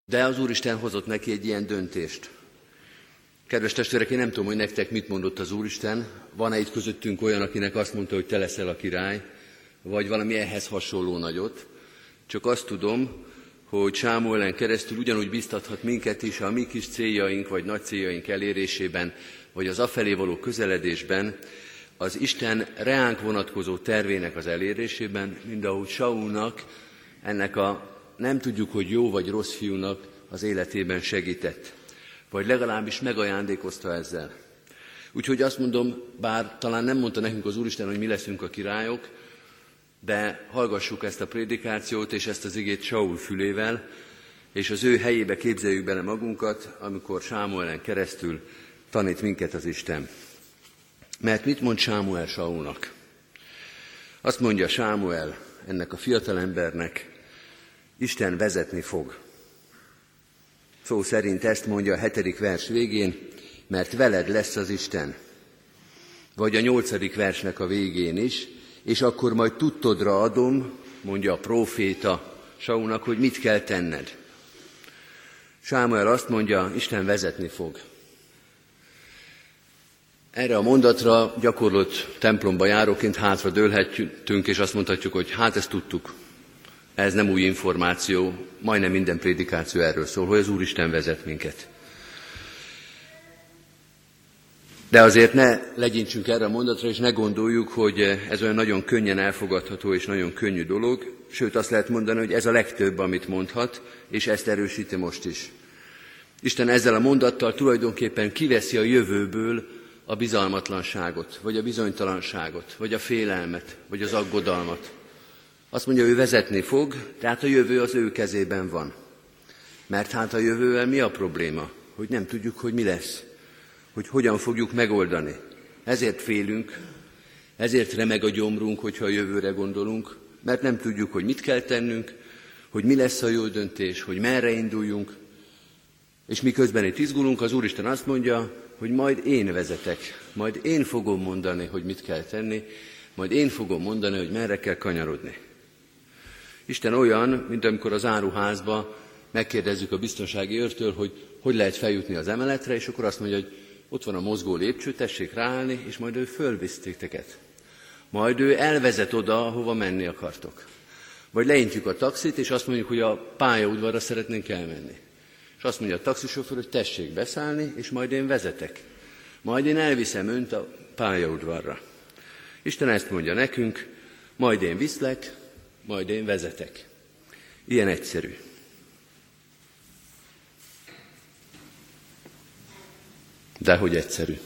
De az Úristen hozott neki egy ilyen döntést. Kedves testvérek, én nem tudom, hogy nektek mit mondott az Úristen. Van-e itt közöttünk olyan, akinek azt mondta, hogy te leszel a király, vagy valami ehhez hasonló nagyot. Csak azt tudom, hogy Sámuelen keresztül ugyanúgy biztathat minket is a mi kis céljaink, vagy nagy céljaink elérésében, vagy az afelé való közeledésben, az Isten reánk vonatkozó tervének az elérésében, mint ahogy Saulnak, ennek a nem tudjuk, hogy jó vagy rossz fiúnak az életében segített, vagy legalábbis megajándékozta ezzel. Úgyhogy azt mondom, bár talán nem mondta nekünk az Úristen, hogy mi leszünk a királyok, de hallgassuk ezt a prédikációt és ezt az igét Saul fülével, és az ő helyébe képzeljük bele magunkat, amikor Sámuelen keresztül tanít minket az Isten. Mert mit mond Sámuel Saulnak? Azt mondja Sámuel ennek a fiatalembernek, Isten vezetni fog. Szó szerint ezt mondja a 7. vers végén, mert veled lesz az Isten. Vagy a 8. versnek a végén is, és akkor majd tudtodra adom, mondja a próféta Saulnak, hogy mit kell tenned. Sámuel azt mondja, Isten vezetni fog. Erre a mondatra gyakorlott templomba járóként hátra dőlhetünk, és azt mondhatjuk, hogy hát ezt tudtuk. Ez nem új információ, majdnem minden prédikáció erről szól, hogy az Úristen vezet minket. De azért ne legyintsünk erre a mondatra, és ne gondoljuk, hogy ez olyan nagyon könnyen elfogadható és nagyon könnyű dolog. Sőt, azt lehet mondani, hogy ez a legtöbb, amit mondhat, és ezt erősíti most is. Isten ezzel a mondattal tulajdonképpen kiveszi a jövőből a bizalmatlanságot, vagy a bizonytalanságot, vagy a félelmet, vagy az aggodalmat. Azt mondja, ő vezetni fog, tehát a jövő az ő kezében van. Mert hát a jövővel mi a probléma? Hogy nem tudjuk, hogy mi lesz, hogy hogyan fogjuk megoldani. Ezért félünk, ezért remeg a gyomrunk, hogyha a jövőre gondolunk, mert nem tudjuk, hogy mit kell tennünk, hogy mi lesz a jó döntés, hogy merre induljunk. És miközben itt izgulunk, az Úristen azt mondja, hogy majd én vezetek, majd én fogom mondani, hogy mit kell tenni, majd én fogom mondani, hogy merre kell kanyarodni. Isten olyan, mint amikor az áruházba megkérdezzük a biztonsági őrtől, hogy lehet feljutni az emeletre, és akkor azt mondja, hogy ott van a mozgó lépcső, tessék ráállni, és majd ő fölvisz titeket. Majd ő elvezet oda, ahova menni akartok. Vagy leintjük a taxit, és azt mondjuk, hogy a pályaudvarra szeretnénk elmenni. És azt mondja a taxisofőr, hogy tessék beszállni, és majd én vezetek. Majd én elviszem önt a pályaudvarra. Isten ezt mondja nekünk, majd én viszlek, majd én vezetek. Ilyen egyszerű. Dehogy egyszerű.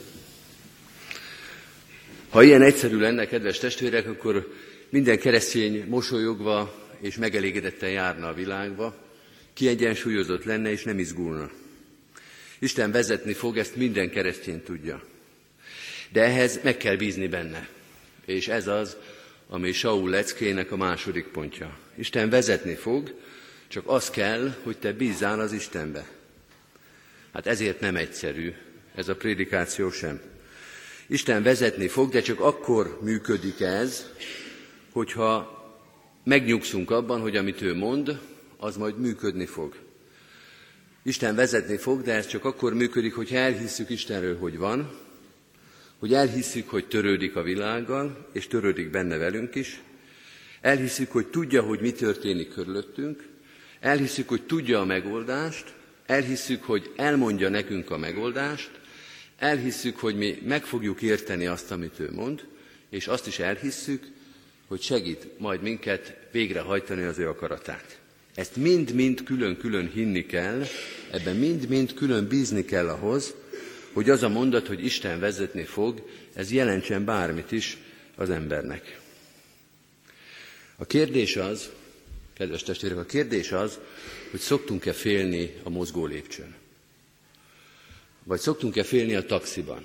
Ha ilyen egyszerű lenne, kedves testvérek, akkor minden keresztény mosolyogva és megelégedetten járna a világba, kiegyensúlyozott lenne és nem izgulna. Isten vezetni fog, ezt minden keresztény tudja. De ehhez meg kell bízni benne. És ez az, ami Saul leckének a második pontja. Isten vezetni fog, csak az kell, hogy te bízzál az Istenbe. Hát ezért nem egyszerű ez a prédikáció sem. Isten vezetni fog, de csak akkor működik ez, hogyha megnyugszunk abban, hogy amit ő mond, az majd működni fog. Isten vezetni fog, de ez csak akkor működik, hogyha elhisszük Istenről, hogy van, hogy elhisszük, hogy törődik a világgal, és törődik benne velünk is, elhisszük, hogy tudja, hogy mi történik körülöttünk, elhisszük, hogy tudja a megoldást, elhisszük, hogy elmondja nekünk a megoldást, elhisszük, hogy mi meg fogjuk érteni azt, amit ő mond, és azt is elhisszük, hogy segít majd minket végrehajtani az ő akaratát. Ezt mind-mind külön-külön hinni kell, ebben mind-mind külön bízni kell ahhoz, hogy az a mondat, hogy Isten vezetni fog, ez jelentsen bármit is az embernek. A kérdés az, kedves testvérek, a kérdés az, hogy szoktunk-e félni a mozgó lépcsőn? Vagy szoktunk-e félni a taxiban?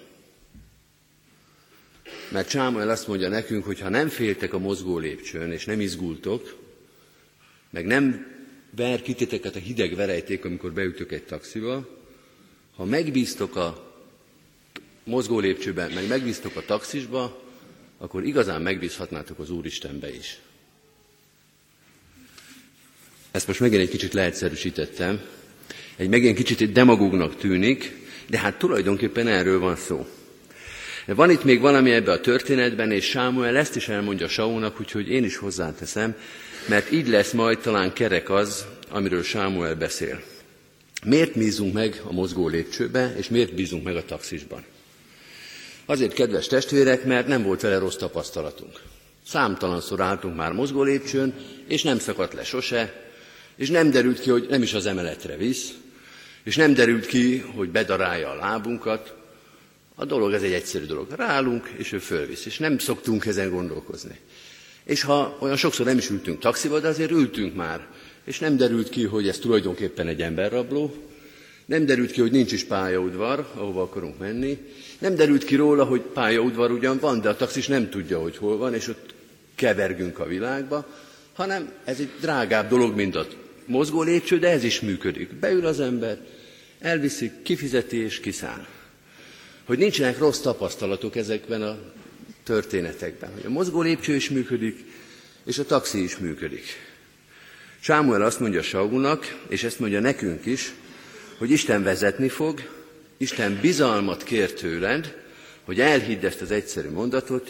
Mert Sámuel azt mondja nekünk, hogy ha nem féltek a mozgó lépcsőn, és nem izgultok, meg nem ver ki titeket a hideg verejték, amikor beütök egy taxiba, ha megbíztok a mozgó lépcsőben, meg megbíztok a taxisba, akkor igazán megbízhatnátok az Úristenbe is. Ezt most megint egy kicsit leegyszerűsítettem, megint kicsit demagógnak tűnik, de hát tulajdonképpen erről van szó. Van itt még valami ebbe a történetben, és Sámuel ezt is elmondja Saulnak, úgyhogy én is hozzáteszem, mert így lesz majd talán kerek az, amiről Sámuel beszél. Miért bízunk meg a mozgó lépcsőbe, és miért bízunk meg a taxisban? Azért, kedves testvérek, mert nem volt vele rossz tapasztalatunk. Számtalanszor álltunk már mozgó lépcsőn, és nem szakadt le sose, és nem derült ki, hogy nem is az emeletre visz, és nem derült ki, hogy bedarálja a lábunkat. A dolog, ez egy egyszerű dolog. Ráállunk, és ő fölvisz, és nem szoktunk ezen gondolkozni. És ha olyan sokszor nem is ültünk taxiba, de azért ültünk már, és nem derült ki, hogy ez tulajdonképpen egy emberrabló, nem derült ki, hogy nincs is pályaudvar, ahova akarunk menni, nem derült ki róla, hogy pályaudvar ugyan van, de a taxis nem tudja, hogy hol van, és ott kevergünk a világba, hanem ez egy drágább dolog, mint a mozgó lépcső, de ez is működik. Beül az ember, elviszik, kifizeti és kiszáll. Hogy nincsenek rossz tapasztalatok ezekben a történetekben, hogy a mozgó lépcső is működik, és a taxi is működik. Sámuel azt mondja Saulnak, és ezt mondja nekünk is, hogy Isten vezetni fog, Isten bizalmat kér tőled, hogy elhidd ezt az egyszerű mondatot,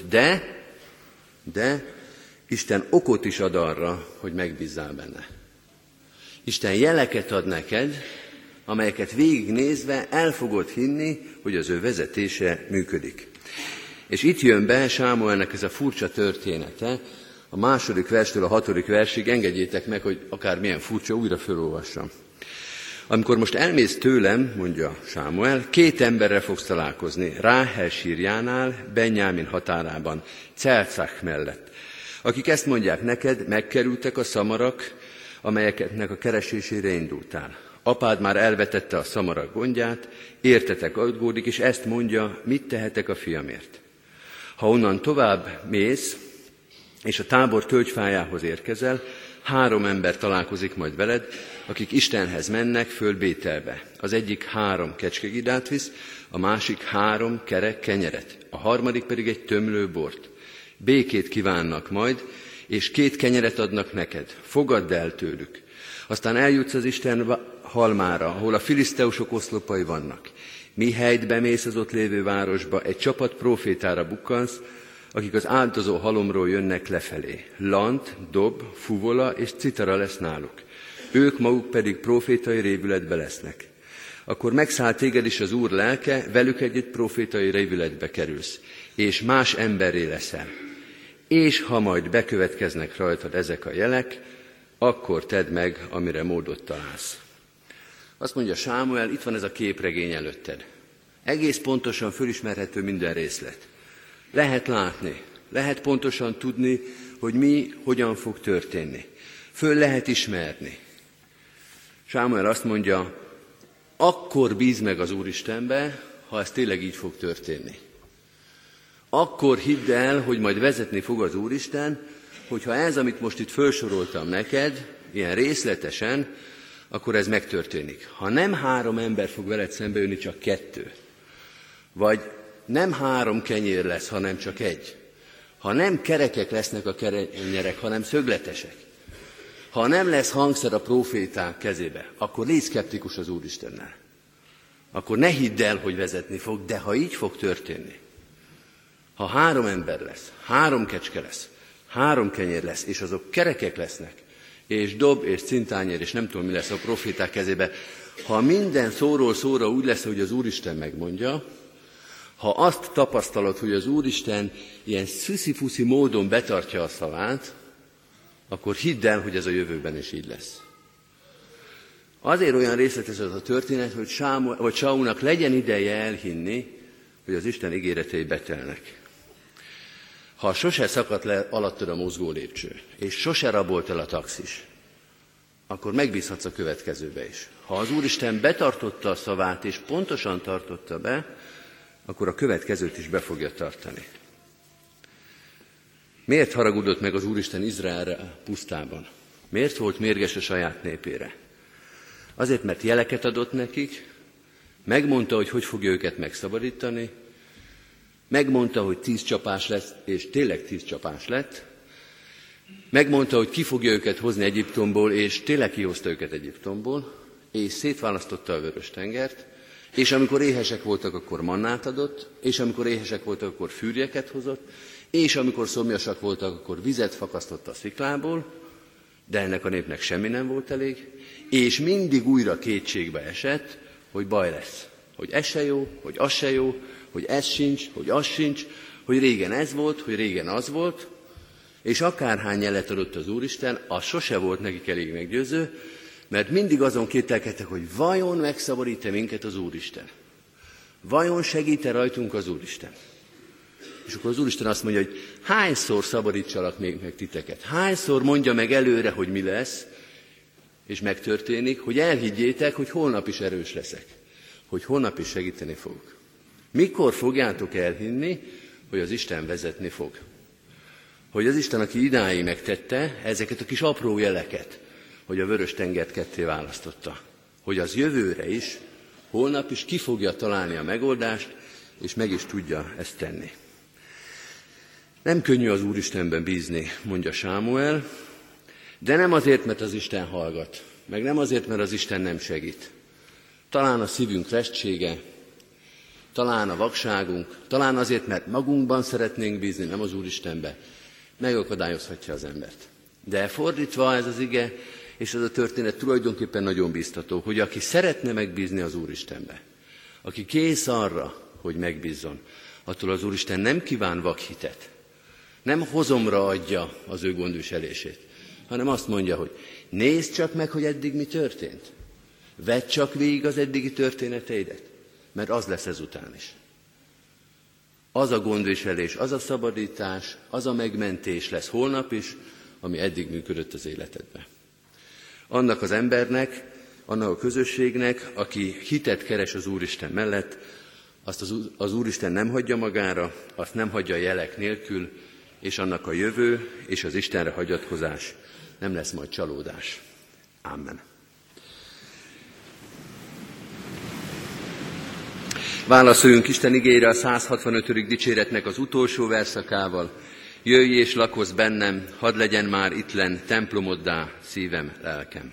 de Isten okot is ad arra, hogy megbízzál benne. Isten jeleket ad neked, amelyeket végignézve el fogod hinni, hogy az ő vezetése működik. És itt jön be Sámuelnek ez a furcsa története, a 2. verstől a 6. versig, engedjétek meg, hogy akármilyen furcsa, újra felolvassam. Amikor most elmész tőlem, mondja Sámuel, 2 emberrel fogsz találkozni, Ráhel sírjánál, Benjámin határában, Celcach mellett, akik ezt mondják neked, megkerültek a szamarak, amelyeknek a keresésére indultál. Apád már elvetette a szamarak gondját, értetek aggódik, és ezt mondja, mit tehetek a fiamért. Ha onnan tovább mész, és a tábor tölgyfájához érkezel, 3 ember találkozik majd veled, akik Istenhez mennek föl Bételbe. Az egyik 3 kecskegidát visz, a másik 3 kerek kenyeret, a harmadik pedig egy tömlő bort. Békét kívánnak majd, és 2 kenyeret adnak neked, fogadd el tőlük. Aztán eljutsz az Isten halmára, ahol a filiszteusok oszlopai vannak. Mihelyt bemész az ott lévő városba, egy csapat prófétára bukkansz, akik az áldozó halomról jönnek lefelé. Lant, dob, fuvola és citara lesz náluk. Ők maguk pedig prófétai révületbe lesznek. Akkor megszáll téged is az Úr lelke, velük együtt prófétai révületbe kerülsz, és más emberré leszel. És ha majd bekövetkeznek rajtad ezek a jelek, akkor tedd meg, amire módot találsz. Azt mondja Sámuel, itt van ez a képregény előtted. Egész pontosan fölismerhető minden részlet. Lehet látni, lehet pontosan tudni, hogy mi, hogyan fog történni. Föl lehet ismerni. Sámuel azt mondja, akkor bízd meg az Úristenbe, ha ez tényleg így fog történni. Akkor hidd el, hogy majd vezetni fog az Úristen, hogyha ez, amit most itt felsoroltam neked, ilyen részletesen, akkor ez megtörténik. Ha nem 3 ember fog veled szembejönni, csak 2. Vagy nem 3 kenyér lesz, hanem csak 1. Ha nem kerekek lesznek a kenyerek, hanem szögletesek. Ha nem lesz hangszer a próféták kezébe, akkor légy szkeptikus az Úristennel. Akkor ne hidd el, hogy vezetni fog, de ha így fog történni, ha 3 ember lesz, 3 kecske lesz, 3 kenyér lesz, és azok kerekek lesznek, és dob, és cintányér, és nem tudom, mi lesz a proféták kezébe, ha minden szóról szóra úgy lesz, hogy az Úristen megmondja, ha azt tapasztalod, hogy az Úristen ilyen szüszifuszi módon betartja a szavát, akkor hidd el, hogy ez a jövőben is így lesz. Azért olyan részletes az a történet, hogy Saulnak legyen ideje elhinni, hogy az Isten ígéretei betelnek. Ha sose szakadt le alattad a mozgó lépcső, és sose rabolt el a taxis, akkor megbízhatsz a következőbe is. Ha az Úristen betartotta a szavát, és pontosan tartotta be, akkor a következőt is be fogja tartani. Miért haragudott meg az Úristen Izraelre pusztában? Miért volt mérges a saját népére? Azért, mert jeleket adott nekik, megmondta, hogy fogja őket megszabadítani, megmondta, hogy 10 csapás lesz, és tényleg 10 csapás lett, megmondta, hogy ki fogja őket hozni Egyiptomból, és tényleg kihozta őket Egyiptomból, és szétválasztotta a Vörös-tengert, és amikor éhesek voltak, akkor mannát adott, és amikor éhesek voltak, akkor fűrjeket hozott, és amikor szomjasak voltak, akkor vizet fakasztott a sziklából, de ennek a népnek semmi nem volt elég, és mindig újra kétségbe esett, hogy baj lesz. Hogy ez se jó, hogy az se jó, hogy ez sincs, hogy az sincs, hogy régen ez volt, hogy régen az volt, és akárhány jelet adott az Úristen, az sose volt nekik elég meggyőző, mert mindig azon kételkedtek, hogy vajon megszabadít-e minket az Úristen? Vajon segít-e rajtunk az Úristen? És akkor az Úristen azt mondja, hogy hányszor szabadítsalak még meg titeket? Hányszor mondja meg előre, hogy mi lesz, és megtörténik, hogy elhiggyétek, hogy holnap is erős leszek, hogy holnap is segíteni fogok. Mikor fogjátok elhinni, hogy az Isten vezetni fog? Hogy az Isten, aki idáig megtette ezeket a kis apró jeleket, hogy a Vörös-tengert ketté választotta, hogy az jövőre is, holnap is ki fogja találni a megoldást, és meg is tudja ezt tenni. Nem könnyű az Úristenben bízni, mondja Sámuel, de nem azért, mert az Isten hallgat, meg nem azért, mert az Isten nem segít. Talán a szívünk restsége, talán a vakságunk, talán azért, mert magunkban szeretnénk bízni, nem az Úristenbe, megakadályozhatja az embert. De fordítva ez az ige, és ez a történet tulajdonképpen nagyon biztató, hogy aki szeretne megbízni az Úristenbe, aki kész arra, hogy megbízzon, attól az Úristen nem kíván vakhitet, nem hozomra adja az ő gondviselését, hanem azt mondja, hogy nézd csak meg, hogy eddig mi történt. Vedd csak végig az eddigi történeteidet, mert az lesz ezután is. Az a gondviselés, az a szabadítás, az a megmentés lesz holnap is, ami eddig működött az életedben. Annak az embernek, annak a közösségnek, aki hitet keres az Úristen mellett, azt az Úristen nem hagyja magára, azt nem hagyja jelek nélkül, és annak a jövő és az Istenre hagyatkozás nem lesz majd csalódás. Amen. Válaszoljunk Isten igéire a 165. dicséretnek az utolsó verszakával. Jöjj és lakozz bennem, hadd legyen már ittlen templomoddá szívem, lelkem.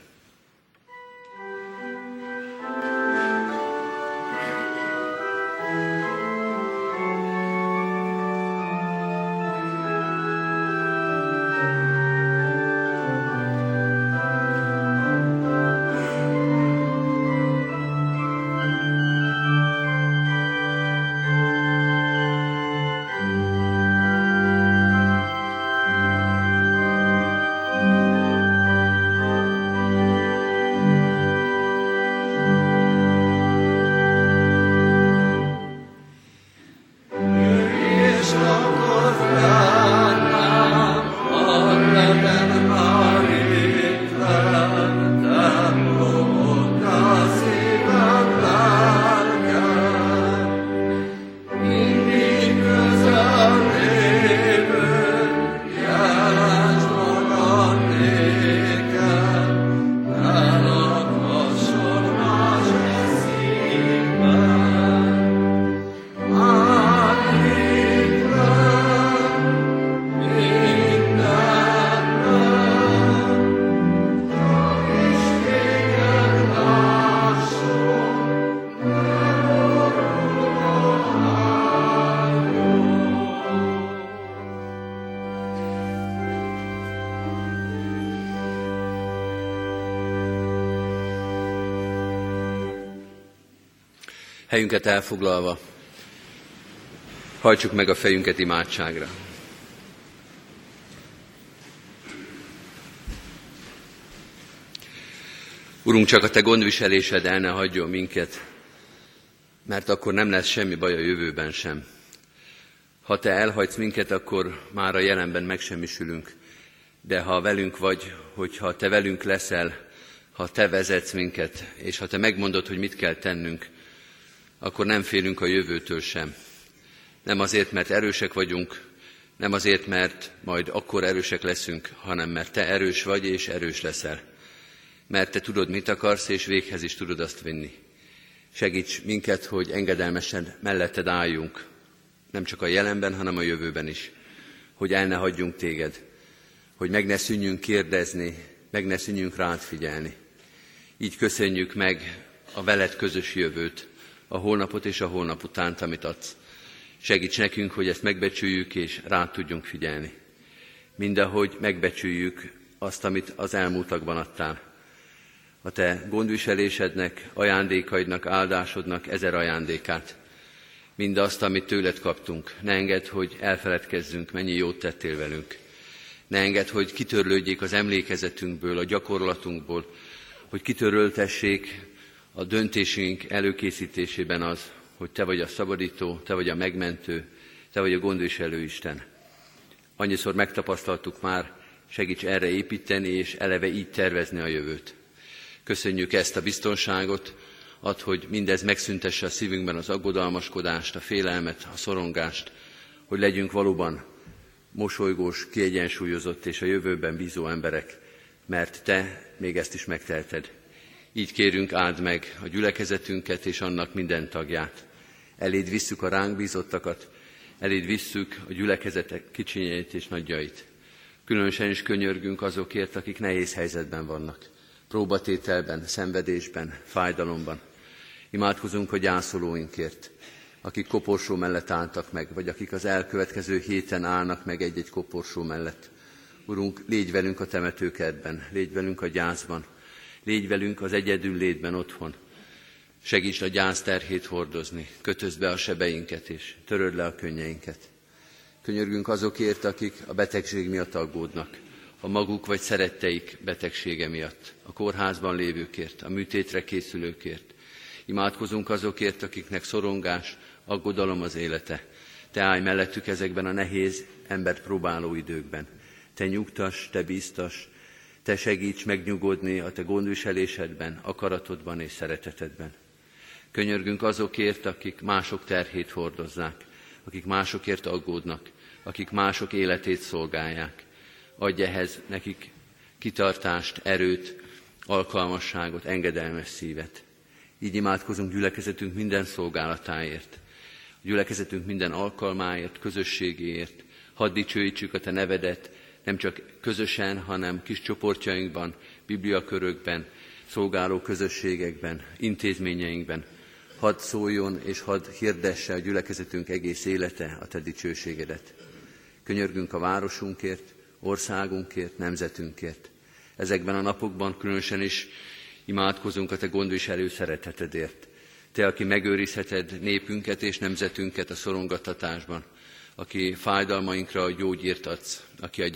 Helyünket elfoglalva, hajtsuk meg a fejünket imádságra. Urunk, csak a Te gondviselésed el ne hagyjon minket, mert akkor nem lesz semmi baj a jövőben sem. Ha Te elhagysz minket, akkor már a jelenben megsemmisülünk, de ha velünk vagy, hogyha Te velünk leszel, ha Te vezetsz minket, és ha Te megmondod, hogy mit kell tennünk, akkor nem félünk a jövőtől sem. Nem azért, mert erősek vagyunk, nem azért, mert majd akkor erősek leszünk, hanem mert Te erős vagy és erős leszel. Mert Te tudod, mit akarsz, és véghez is tudod azt vinni. Segíts minket, hogy engedelmesen melletted álljunk, nem csak a jelenben, hanem a jövőben is. Hogy el ne hagyjunk Téged, hogy meg ne szűnjünk kérdezni, meg ne szűnjünk rád figyelni. Így köszönjük meg a veled közös jövőt, a holnapot és a holnap utánt, amit adsz. Segíts nekünk, hogy ezt megbecsüljük és rá tudjunk figyelni. Mindahogy megbecsüljük azt, amit az elmúltakban adtál. A te gondviselésednek, ajándékaidnak, áldásodnak ezer ajándékát. Mindazt, amit tőled kaptunk. Ne engedd, hogy elfeledkezzünk, mennyi jót tettél velünk. Ne engedd, hogy kitörlődjék az emlékezetünkből, a gyakorlatunkból, hogy kitöröltessék a döntésünk előkészítésében az, hogy te vagy a szabadító, te vagy a megmentő, te vagy a gondviselő Isten. Annyiszor megtapasztaltuk már, segíts erre építeni, és eleve így tervezni a jövőt. Köszönjük ezt a biztonságot, add, hogy mindez megszüntesse a szívünkben az aggodalmaskodást, a félelmet, a szorongást, hogy legyünk valóban mosolygós, kiegyensúlyozott és a jövőben bízó emberek, mert te még ezt is megteheted. Így kérünk, áld meg a gyülekezetünket és annak minden tagját. Eléd visszük a ránk bízottakat, eléd visszük a gyülekezetek kicsinyeit és nagyjait. Különösen is könyörgünk azokért, akik nehéz helyzetben vannak. Próbatételben, szenvedésben, fájdalomban. Imádkozunk a gyászolóinkért, akik koporsó mellett álltak meg, vagy akik az elkövetkező héten állnak meg egy-egy koporsó mellett. Urunk, légy velünk a temetőkertben, légy velünk a gyászban, légy velünk az egyedül létben otthon. Segíts a gyász terhét hordozni, kötözd be a sebeinket és töröd le a könnyeinket. Könyörgünk azokért, akik a betegség miatt aggódnak, a maguk vagy szeretteik betegsége miatt, a kórházban lévőkért, a műtétre készülőkért. Imádkozunk azokért, akiknek szorongás, aggodalom az élete. Te állj mellettük ezekben a nehéz, embert próbáló időkben. Te nyugtass, te bíztass, te segíts megnyugodni a te gondviselésedben, akaratodban és szeretetedben. Könyörgünk azokért, akik mások terhét hordozzák, akik másokért aggódnak, akik mások életét szolgálják. Adj ehhez nekik kitartást, erőt, alkalmasságot, engedelmes szívet. Így imádkozunk gyülekezetünk minden szolgálatáért, a gyülekezetünk minden alkalmáért, közösségéért. Hadd dicsőítsük a te nevedet, nem csak közösen, hanem kis csoportjainkban, bibliakörökben, szolgáló közösségekben, intézményeinkben. Hadd szóljon és hadd hirdesse a gyülekezetünk egész élete a te dicsőségedet. Könyörgünk a városunkért, országunkért, nemzetünkért. Ezekben a napokban különösen is imádkozunk a te gondviselő szeretetedért. Te, aki megőrizheted népünket és nemzetünket a szorongattatásban, aki fájdalmainkra a gyógyírt adsz, aki a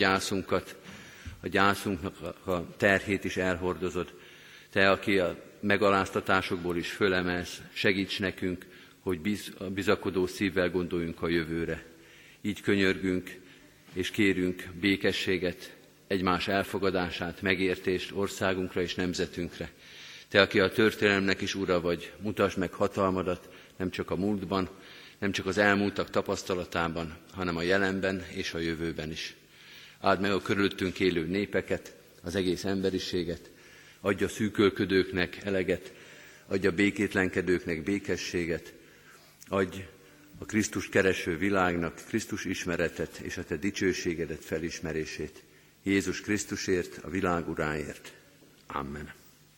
gyászunknak a terhét is elhordozod. Te, aki a megaláztatásokból is fölemelsz, segíts nekünk, hogy bizakodó szívvel gondoljunk a jövőre. Így könyörgünk és kérünk békességet, egymás elfogadását, megértést országunkra és nemzetünkre. Te, aki a történelemnek is ura vagy, mutasd meg hatalmadat, nem csak a múltban, nem csak az elmúltak tapasztalatában, hanem a jelenben és a jövőben is. Áld meg a körülöttünk élő népeket, az egész emberiséget, adj a szűkölködőknek eleget, adj a békétlenkedőknek békességet, adj a Krisztus kereső világnak Krisztus ismeretet és a te dicsőségedet felismerését. Jézus Krisztusért, a világ uráért. Amen.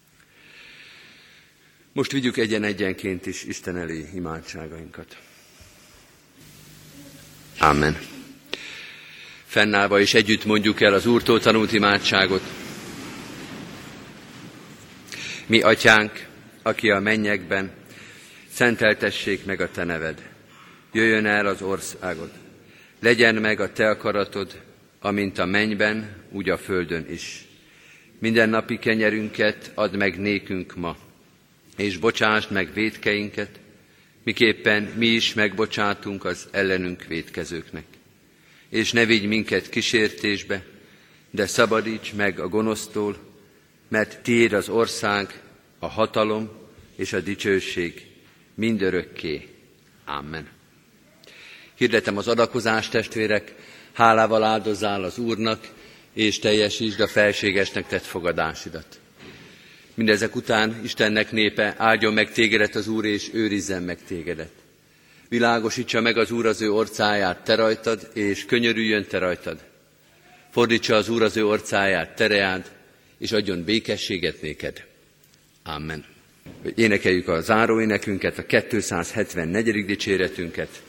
Most vigyük egyen-egyenként is Isten elé imádságainkat. Amen. Fennállva és együtt mondjuk el az Úrtól tanult imádságot. Mi atyánk, aki a mennyekben, szenteltessék meg a te neved. Jöjjön el az országod. Legyen meg a te akaratod, amint a mennyben, úgy a földön is. Mindennapi kenyerünket add meg nékünk ma, és bocsásd meg vétkeinket, miképpen mi is megbocsátunk az ellenünk vétkezőknek. És ne vigy minket kísértésbe, de szabadíts meg a gonosztól, mert tiéd az ország, a hatalom és a dicsőség mindörökké. Amen. Hirdetem az adakozást, testvérek, hálával áldozzál az Úrnak, és teljesítsd a felségesnek tett fogadásidat. Mindezek után Istennek népe, áldjon meg tégedet az Úr, és őrizzen meg tégedet. Világosítsa meg az Úr az ő orcáját te rajtad, és könyörüljön te rajtad. Fordítsa az Úr az ő orcáját te reád, és adjon békességet néked. Amen. Énekeljük a záróénekünket, a 274. dicséretünket.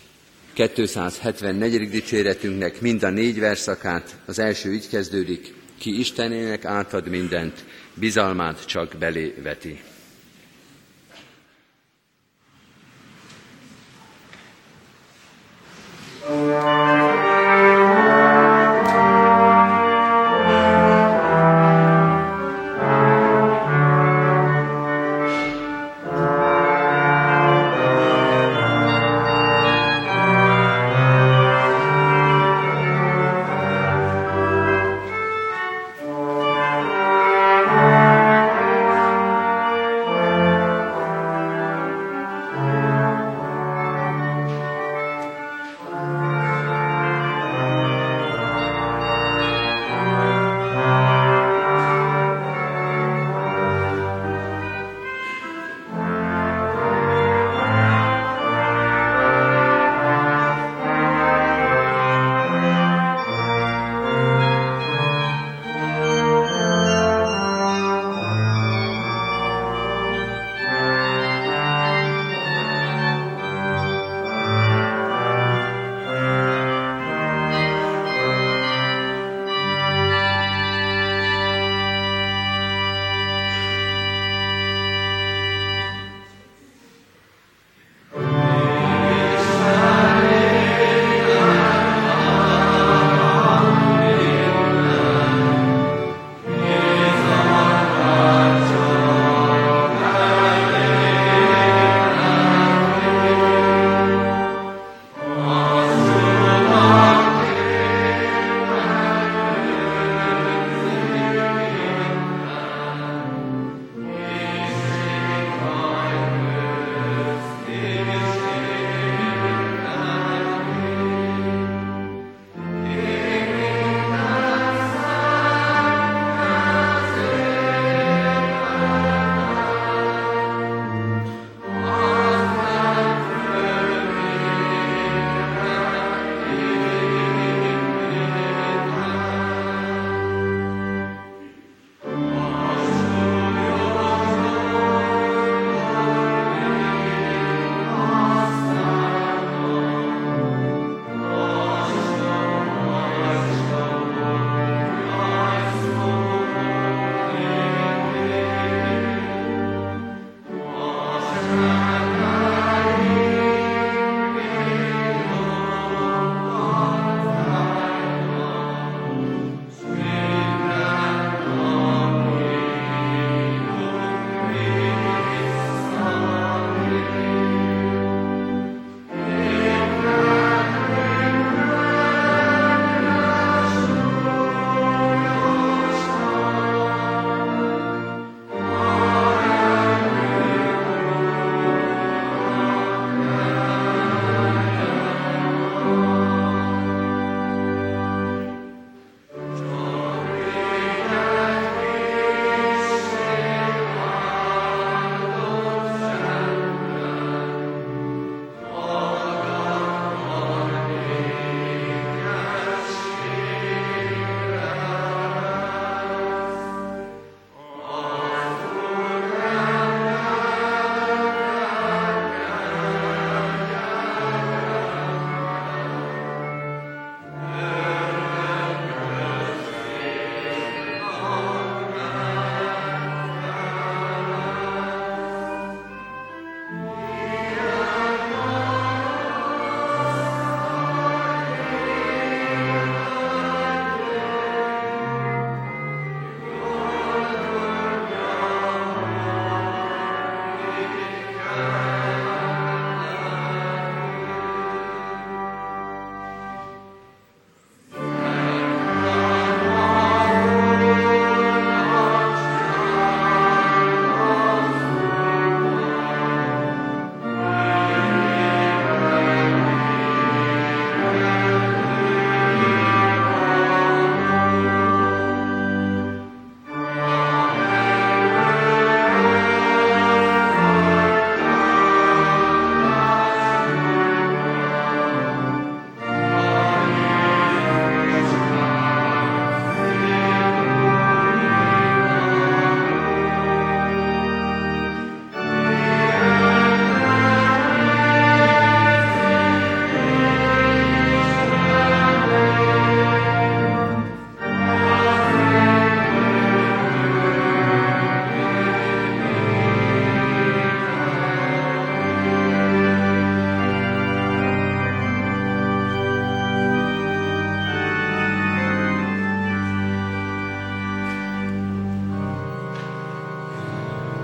274. dicséretünknek mind a 4 verszakát, az első így kezdődik: ki Istenének átad mindent, bizalmát csak belé veti.